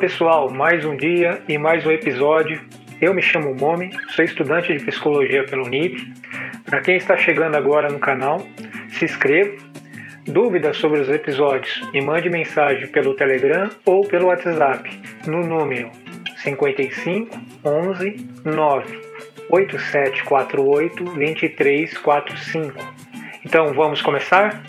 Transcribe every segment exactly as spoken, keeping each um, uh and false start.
pessoal, mais um dia e mais um episódio. Eu me chamo Momi, sou estudante de psicologia pela Unip. Para quem está chegando agora no canal, se inscreva. Dúvidas sobre os episódios, me mande mensagem pelo Telegram ou pelo WhatsApp no número cinquenta e cinco, onze, nove, oito sete quatro oito, dois três quatro cinco. Então vamos começar?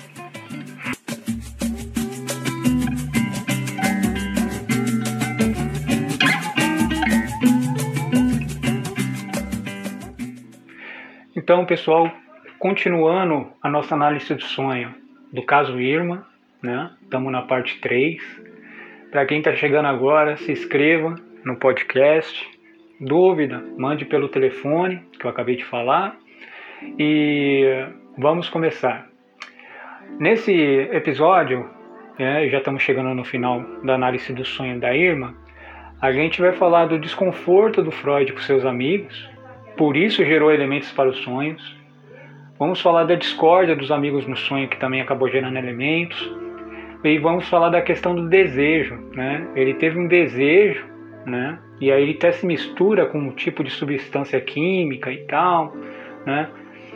Então, pessoal, continuando a nossa análise do sonho do caso Irma, né? Estamos na parte três. Para quem está chegando agora, se inscreva no podcast. Dúvida, mande pelo telefone, que eu acabei de falar. E vamos começar. Nesse episódio, é, já estamos chegando no final da análise do sonho da Irma, a gente vai falar do desconforto do Freud com seus amigos, por isso gerou elementos para os sonhos. Vamos falar da discórdia dos amigos no sonho, que também acabou gerando elementos. E vamos falar da questão do desejo, né? Ele teve um desejo, né? E aí ele até se mistura com um tipo de substância química e tal, né?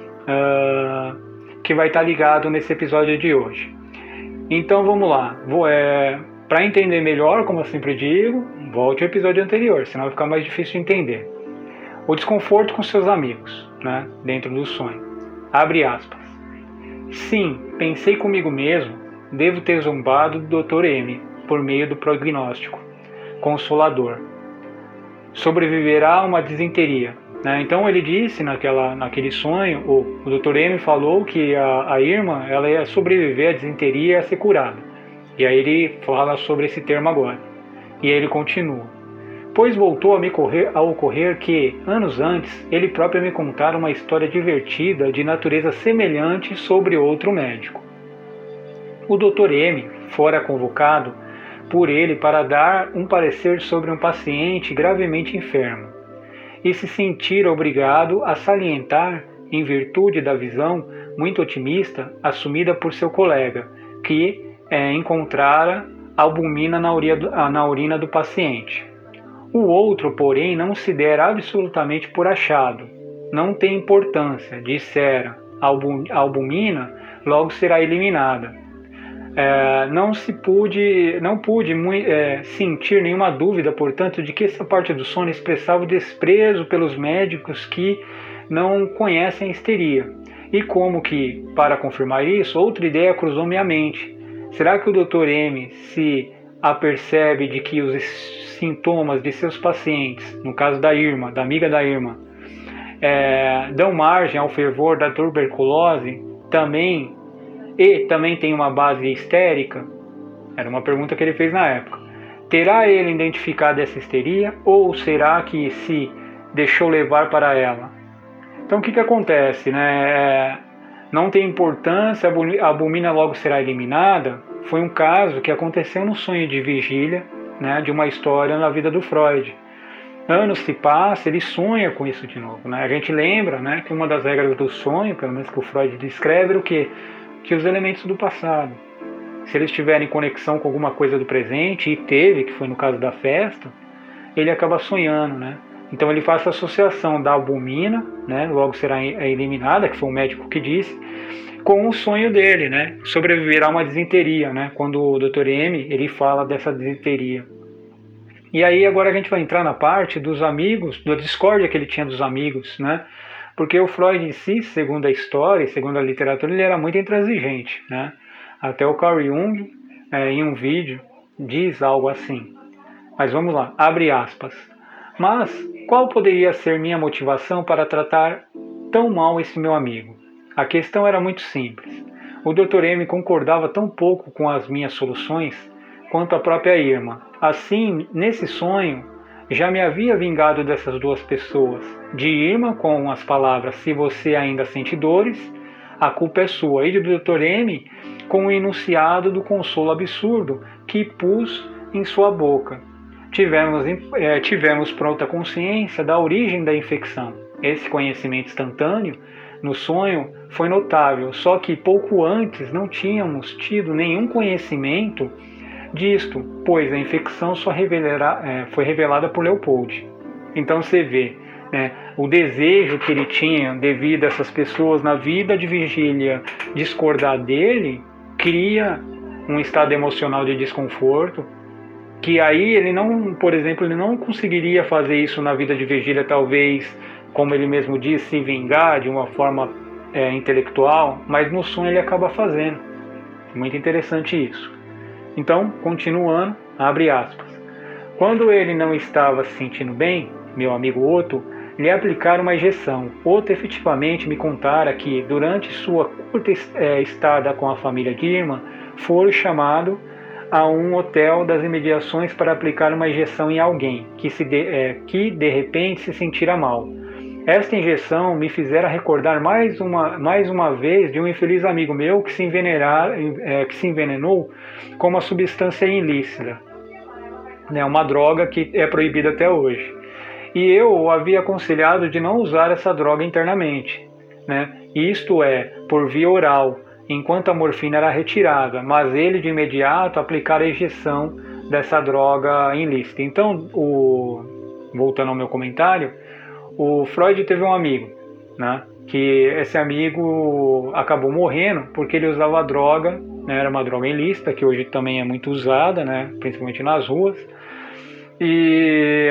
Uh, que vai estar ligado nesse episódio de hoje. Então vamos lá. É, para entender melhor, como eu sempre digo, volte ao episódio anterior, senão vai ficar mais difícil de entender. O desconforto com seus amigos, né? Dentro do sonho. Abre aspas. Sim, pensei comigo mesmo, devo ter zombado do doutor M, por meio do prognóstico consolador. Sobreviverá a uma disenteria. Né? Então ele disse naquela, naquele sonho, o, o doutor M falou que a, a Irma ela ia sobreviver à disenteria e ia ser curada. E aí ele fala sobre esse termo agora. E aí ele continua. Pois voltou a me correr, a ocorrer que, anos antes, ele próprio me contara uma história divertida de natureza semelhante sobre outro médico. O doutor M fora convocado por ele para dar um parecer sobre um paciente gravemente enfermo e se sentira obrigado a salientar, em virtude da visão muito otimista assumida por seu colega, que é, encontrara albumina na urina, na urina do paciente. O outro, porém, não se dera absolutamente por achado. Não tem importância, dissera. A albumina logo será eliminada. É, não se pude, não pude é, sentir nenhuma dúvida, portanto, de que essa parte do sono expressava o desprezo pelos médicos que não conhecem a histeria. E como que, para confirmar isso, outra ideia cruzou minha mente. Será que o doutor M se apercebe de que os sintomas de seus pacientes, no caso da Irma, da amiga da Irma, é, dão margem ao fervor da tuberculose também, e também tem uma base histérica? Era uma pergunta que ele fez na época. Terá ele identificado essa histeria ou será que se deixou levar para ela? Então o que, que acontece? Né? É, não tem importância, a albumina logo será eliminada. Foi um caso que aconteceu no sonho de vigília, né, de uma história na vida do Freud. Anos se passam, ele sonha com isso de novo. Né? A gente lembra, né, que uma das regras do sonho, pelo menos que o Freud descreve, era o quê? Que os elementos do passado, se eles tiverem conexão com alguma coisa do presente, e teve, que foi no caso da festa, ele acaba sonhando. Né? Então ele faz a associação da albumina, né, logo será eliminada, que foi o médico que disse, com o sonho dele, né? Sobreviverá a uma disenteria, né? Quando o doutor M ele fala dessa disenteria. E aí agora a gente vai entrar na parte dos amigos, da discórdia que ele tinha dos amigos, né? Porque o Freud em si, segundo a história, segundo a literatura, ele era muito intransigente, né? Até o Carl Jung, é, em um vídeo, diz algo assim. Mas vamos lá, abre aspas. Mas qual poderia ser minha motivação para tratar tão mal esse meu amigo? A questão era muito simples. O doutor M concordava tão pouco com as minhas soluções quanto a própria Irma. Assim, nesse sonho, já me havia vingado dessas duas pessoas. De Irma, com as palavras, se você ainda sente dores, a culpa é sua. E do doutor M, com o enunciado do consolo absurdo que pus em sua boca. Tivemos, é, tivemos pronta consciência da origem da infecção. Esse conhecimento instantâneo no sonho foi notável, só que pouco antes não tínhamos tido nenhum conhecimento disto, pois a infecção só revelará, é, foi revelada por Leopold. Então você vê, né, o desejo que ele tinha devido a essas pessoas na vida de vigília discordar dele, cria um estado emocional de desconforto, que aí ele não, por exemplo, ele não conseguiria fazer isso na vida de vigília, talvez, como ele mesmo diz, se vingar de uma forma é, intelectual, mas no sonho ele acaba fazendo. Muito interessante isso. Então, continuando, abre aspas. Quando ele não estava se sentindo bem, meu amigo Otto lhe aplicaram uma injeção. Otto efetivamente me contara que, durante sua curta é, estada com a família Dirman, foi chamado a um hotel das imediações para aplicar uma injeção em alguém que, se de, é, que de repente se sentira mal. Esta injeção me fizera recordar mais uma, mais uma vez de um infeliz amigo meu que se, é, que se envenenou com uma substância ilícita, né, uma droga que é proibida até hoje. E eu o havia aconselhado de não usar essa droga internamente, né, isto é, por via oral, enquanto a morfina era retirada, mas ele de imediato aplicara a injeção dessa droga ilícita. Então, o, voltando ao meu comentário, o Freud teve um amigo, né, que esse amigo acabou morrendo porque ele usava droga, né, era uma droga ilícita, que hoje também é muito usada, né, principalmente nas ruas. E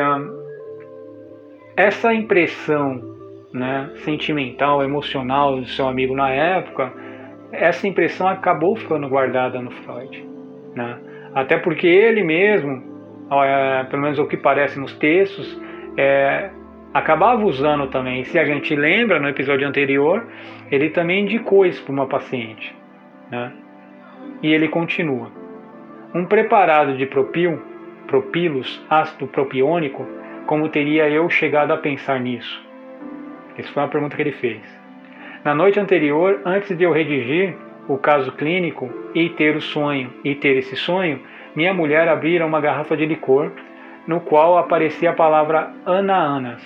essa impressão, né, sentimental, emocional do seu amigo na época, essa impressão acabou ficando guardada no Freud, né? Até porque ele mesmo, é, pelo menos o que parece nos textos, é, acabava usando também. Se a gente lembra, no episódio anterior, ele também indicou isso para uma paciente, né? E ele continua. Um preparado de propil, propilos, ácido propiônico, como teria eu chegado a pensar nisso? Essa foi uma pergunta que ele fez. Na noite anterior, antes de eu redigir o caso clínico e ter o sonho, e ter esse sonho, minha mulher abrira uma garrafa de licor, no qual aparecia a palavra Ana-Anas,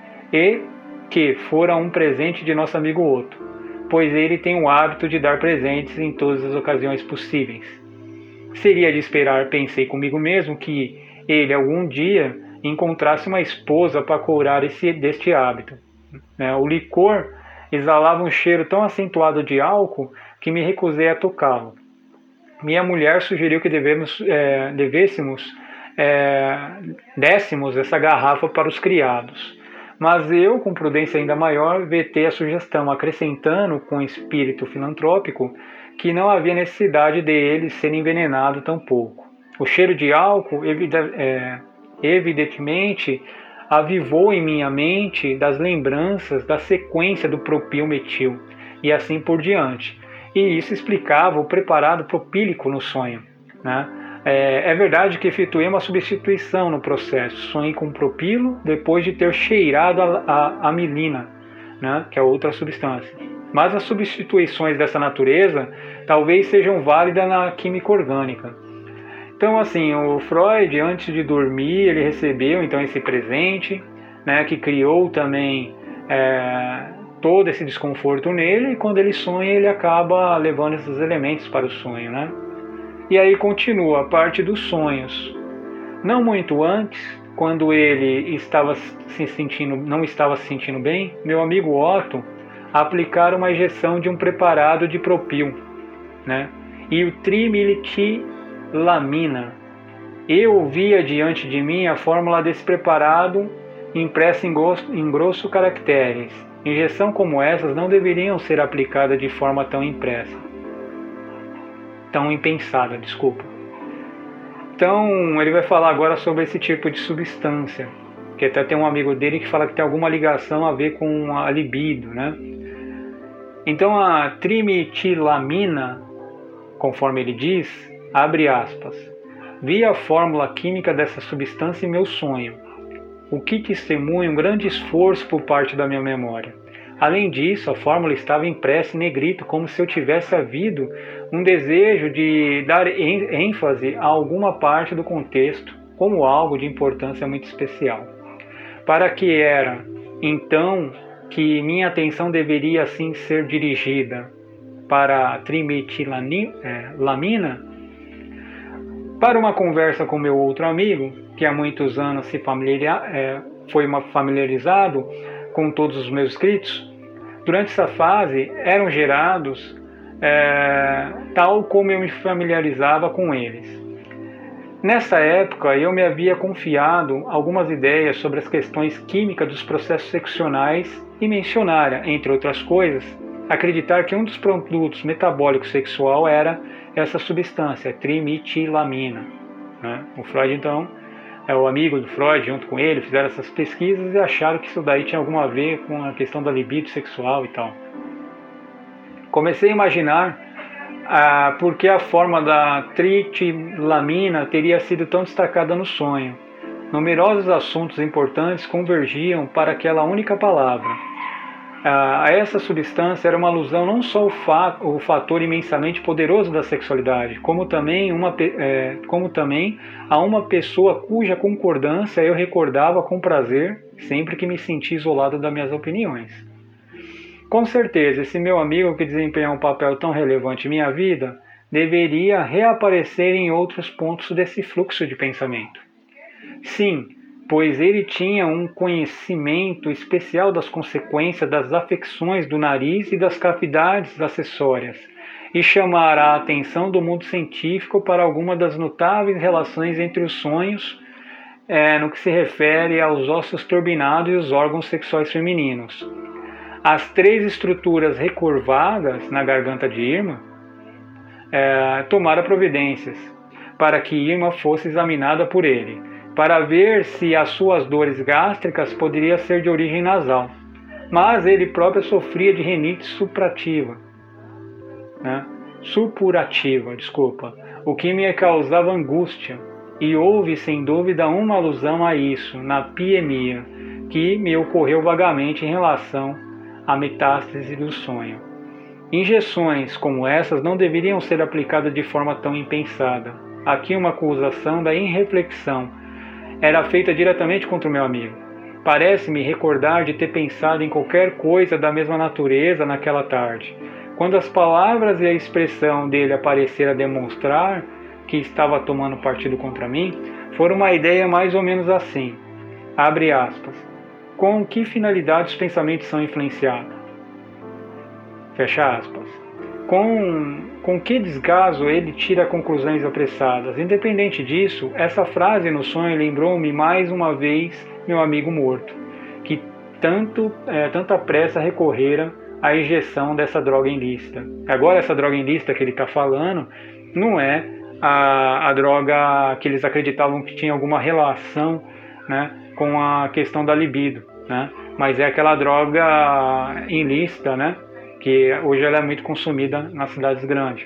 e que fora um presente de nosso amigo Otto, pois ele tem o hábito de dar presentes em todas as ocasiões possíveis. Seria de esperar, pensei comigo mesmo, que ele algum dia encontrasse uma esposa para curar esse, deste hábito. O licor exalava um cheiro tão acentuado de álcool que me recusei a tocá-lo. Minha mulher sugeriu que devemos, é, devêssemos, é, dessemos essa garrafa para os criados. Mas eu, com prudência ainda maior, vetei a sugestão, acrescentando com espírito filantrópico que não havia necessidade de ele ser envenenado tão pouco. O cheiro de álcool, é, evidentemente, avivou em minha mente das lembranças da sequência do propilmetil e assim por diante. E isso explicava o preparado propílico no sonho, né? É, é verdade que efetuei uma substituição no processo. Sonhei com propilo depois de ter cheirado a, a, a milina, né, que é outra substância. Mas as substituições dessa natureza talvez sejam válidas na química orgânica. Então, assim, o Freud, antes de dormir, ele recebeu então esse presente, né, que criou também é, todo esse desconforto nele, e quando ele sonha, ele acaba levando esses elementos para o sonho, né? E aí continua a parte dos sonhos. Não muito antes, quando ele estava se sentindo, não estava se sentindo bem, meu amigo Otto aplicara uma injeção de um preparado de propil, né, e o trimetilamina. Eu via diante de mim a fórmula desse preparado impressa em, gosto, em grosso caracteres. Injeção como essas não deveriam ser aplicadas de forma tão impressa. Tão impensada, desculpa. Então, ele vai falar agora sobre esse tipo de substância, que até tem um amigo dele que fala que tem alguma ligação a ver com a libido, né? Então, a trimetilamina, conforme ele diz, abre aspas, vi a fórmula química dessa substância em meu sonho, o que testemunha um grande esforço por parte da minha memória. Além disso, a fórmula estava impressa em negrito, como se eu tivesse havido um desejo de dar ênfase a alguma parte do contexto, como algo de importância muito especial. Para que era, então, que minha atenção deveria assim ser dirigida para a trimetilamina? Para uma conversa com meu outro amigo, que há muitos anos se familiar, é, foi familiarizado com todos os meus escritos, durante essa fase eram gerados é, tal como eu me familiarizava com eles. Nessa época, eu me havia confiado algumas ideias sobre as questões químicas dos processos seccionais e mencionara, entre outras coisas, acreditar que um dos produtos metabólicos sexual era essa substância, trimetilamina. Né? O Freud, então, é o amigo do Freud, junto com ele, fizeram essas pesquisas e acharam que isso daí tinha alguma a ver com a questão da libido sexual e tal. Comecei a imaginar Ah, porque a forma da tritilamina teria sido tão destacada no sonho. Numerosos assuntos importantes convergiam para aquela única palavra. Ah, essa substância era uma alusão não só ao, fa ao fator imensamente poderoso da sexualidade, como também, uma, é, como também a uma pessoa cuja concordância eu recordava com prazer sempre que me sentia isolado das minhas opiniões. Com certeza, esse meu amigo que desempenha um papel tão relevante em minha vida deveria reaparecer em outros pontos desse fluxo de pensamento. Sim, pois ele tinha um conhecimento especial das consequências das afecções do nariz e das cavidades acessórias, e chamará a atenção do mundo científico para alguma das notáveis relações entre os sonhos é, no que se refere aos ossos turbinados e os órgãos sexuais femininos. As três estruturas recurvadas na garganta de Irma é, tomaram providências para que Irma fosse examinada por ele, para ver se as suas dores gástricas poderiam ser de origem nasal. Mas ele próprio sofria de rinite supurativa, né? supurativa, desculpa, o que me causava angústia, e houve sem dúvida uma alusão a isso na piemia, que me ocorreu vagamente em relação a metástase do sonho. Injeções como essas não deveriam ser aplicadas de forma tão impensada. Aqui uma acusação da irreflexão era feita diretamente contra o meu amigo. Parece-me recordar de ter pensado em qualquer coisa da mesma natureza naquela tarde. Quando as palavras e a expressão dele apareceram a demonstrar que estava tomando partido contra mim, foram uma ideia mais ou menos assim. Abre aspas. Com que finalidade os pensamentos são influenciados? Fecha aspas. Com, com que descaso ele tira conclusões apressadas? Independente disso, essa frase no sonho lembrou-me mais uma vez meu amigo morto, que tanto, é, tanta pressa recorrera à injeção dessa droga ilícita. Agora essa droga ilícita que ele está falando não é a, a droga que eles acreditavam que tinha alguma relação, né, com a questão da libido. Né? Mas é aquela droga ilícita, né? Que hoje ela é muito consumida nas cidades grandes.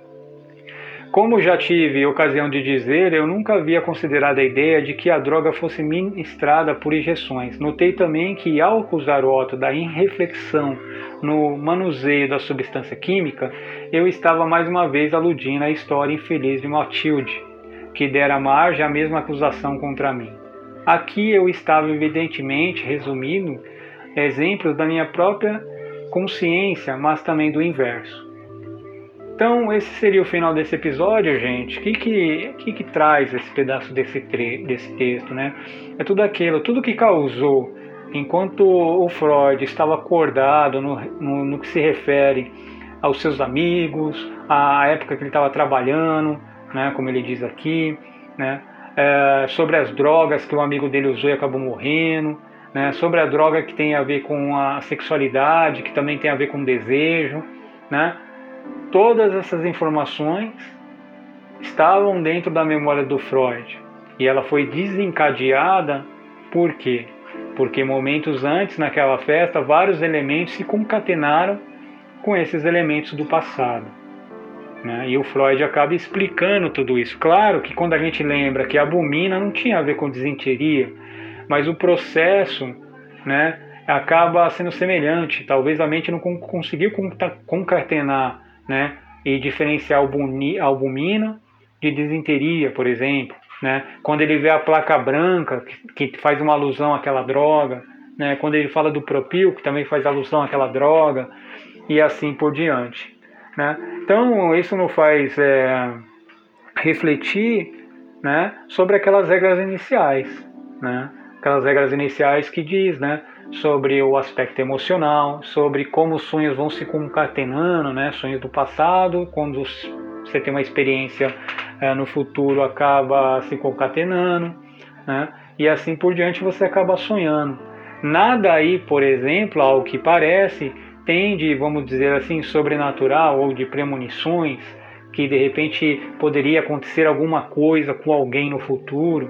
Como já tive ocasião de dizer, eu nunca havia considerado a ideia de que a droga fosse ministrada por injeções. Notei também que, ao acusar o Otto da irreflexão no manuseio da substância química, eu estava mais uma vez aludindo à história infeliz de Matilde, que dera margem à mesma acusação contra mim. Aqui eu estava evidentemente resumindo exemplos da minha própria consciência, mas também do inverso. Então esse seria o final desse episódio, gente. O que que, que, que traz esse pedaço desse, tre- desse texto, né? É tudo aquilo, tudo que causou, enquanto o Freud estava acordado no, no, no que se refere aos seus amigos, à época que ele estava trabalhando, né, como ele diz aqui, né? É, sobre as drogas que o amigo dele usou e acabou morrendo, né, sobre a droga que tem a ver com a sexualidade, que também tem a ver com o desejo, né? Todas essas informações estavam dentro da memória do Freud e ela foi desencadeada por quê? Porque momentos antes, naquela festa, vários elementos se concatenaram com esses elementos do passado. Né? E o Freud acaba explicando tudo isso. Claro que quando a gente lembra que a abomina não tinha a ver com disenteria, mas o processo, né, acaba sendo semelhante. Talvez a mente não conseguiu concatenar, né, e diferenciar a albumina de disenteria, por exemplo. Né? Quando ele vê a placa branca, que, que faz uma alusão àquela droga, né? Quando ele fala do propil, que também faz alusão àquela droga, e assim por diante. Né? Então isso nos faz é, refletir né, sobre aquelas regras iniciais, né, aquelas regras iniciais que diz, né, sobre o aspecto emocional, sobre como os sonhos vão se concatenando, né, sonhos do passado, quando você tem uma experiência é, no futuro acaba se concatenando, né, e assim por diante você acaba sonhando. Nada aí, por exemplo, ao que parece, tem de, vamos dizer assim, sobrenatural ou de premonições, que de repente poderia acontecer alguma coisa com alguém no futuro,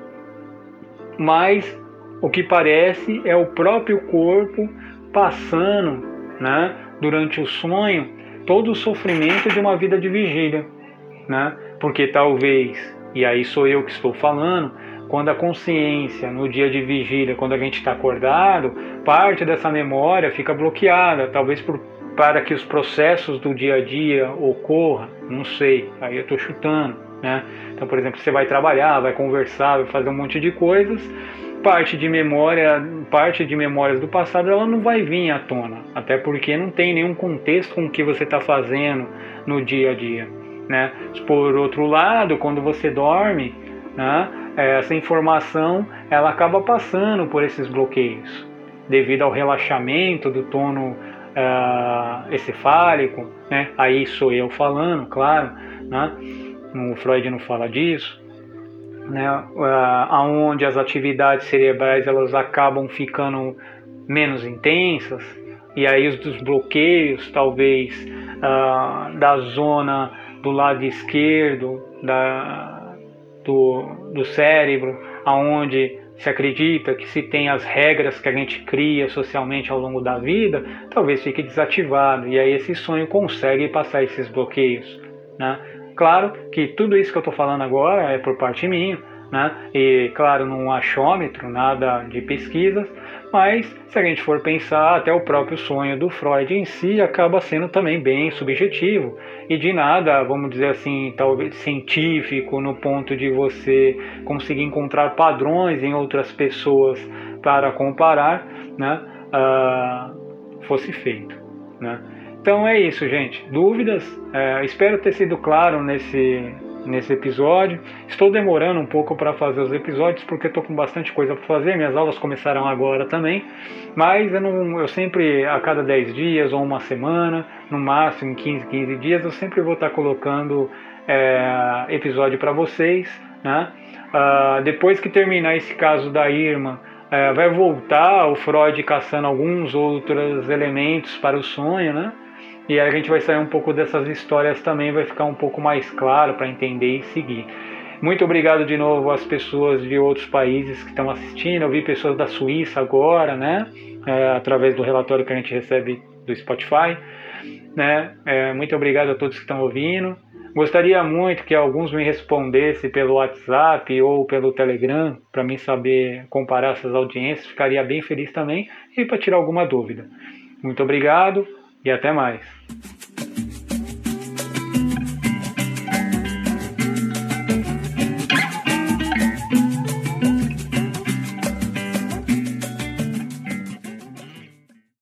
mas o que parece é o próprio corpo passando, né, durante o sonho, todo o sofrimento de uma vida de vigília, né? Porque talvez, e aí sou eu que estou falando, quando a consciência, no dia de vigília, quando a gente está acordado, parte dessa memória fica bloqueada, talvez por, para que os processos do dia a dia ocorram, não sei, aí eu estou chutando, né? Então, por exemplo, você vai trabalhar, vai conversar, vai fazer um monte de coisas, parte de memória, parte de memórias do passado, ela não vai vir à tona, até porque não tem nenhum contexto com o que você está fazendo no dia a dia, né? Por outro lado, quando você dorme, né, essa informação ela acaba passando por esses bloqueios, devido ao relaxamento do tono uh, encefálico, né? Aí sou eu falando, claro, né? O Freud não fala disso, né, aonde as atividades cerebrais elas acabam ficando menos intensas, e aí os dos bloqueios talvez uh, da zona do lado esquerdo da, do, do cérebro, aonde se acredita que se tem as regras que a gente cria socialmente ao longo da vida, talvez fique desativado, e aí esse sonho consegue passar esses bloqueios, né? Claro que tudo isso que eu estou falando agora é por parte minha, né? E claro, num achômetro, nada de pesquisas, mas se a gente for pensar, até o próprio sonho do Freud em si acaba sendo também bem subjetivo e de nada, vamos dizer assim, talvez científico, no ponto de você conseguir encontrar padrões em outras pessoas para comparar, né? Uh, fosse feito, né? Então é isso, gente. Dúvidas? É, espero ter sido claro nesse, nesse episódio. Estou demorando um pouco para fazer os episódios porque estou com bastante coisa para fazer. Minhas aulas começaram agora também. Mas eu, não, eu sempre, a cada dez dias ou uma semana, no máximo quinze, quinze dias, eu sempre vou estar colocando é, episódio para vocês, né? Uh, depois que terminar esse caso da Irma, é, vai voltar o Freud caçando alguns outros elementos para o sonho, né? E aí a gente vai sair um pouco dessas histórias também, vai ficar um pouco mais claro para entender e seguir. Muito obrigado de novo às pessoas de outros países que estão assistindo. Eu vi pessoas da Suíça agora, né? É, através do relatório que a gente recebe do Spotify, né? É, muito obrigado a todos que estão ouvindo. Gostaria muito que alguns me respondessem pelo WhatsApp ou pelo Telegram, para mim saber comparar essas audiências. Ficaria bem feliz também e para tirar alguma dúvida. Muito obrigado e até mais.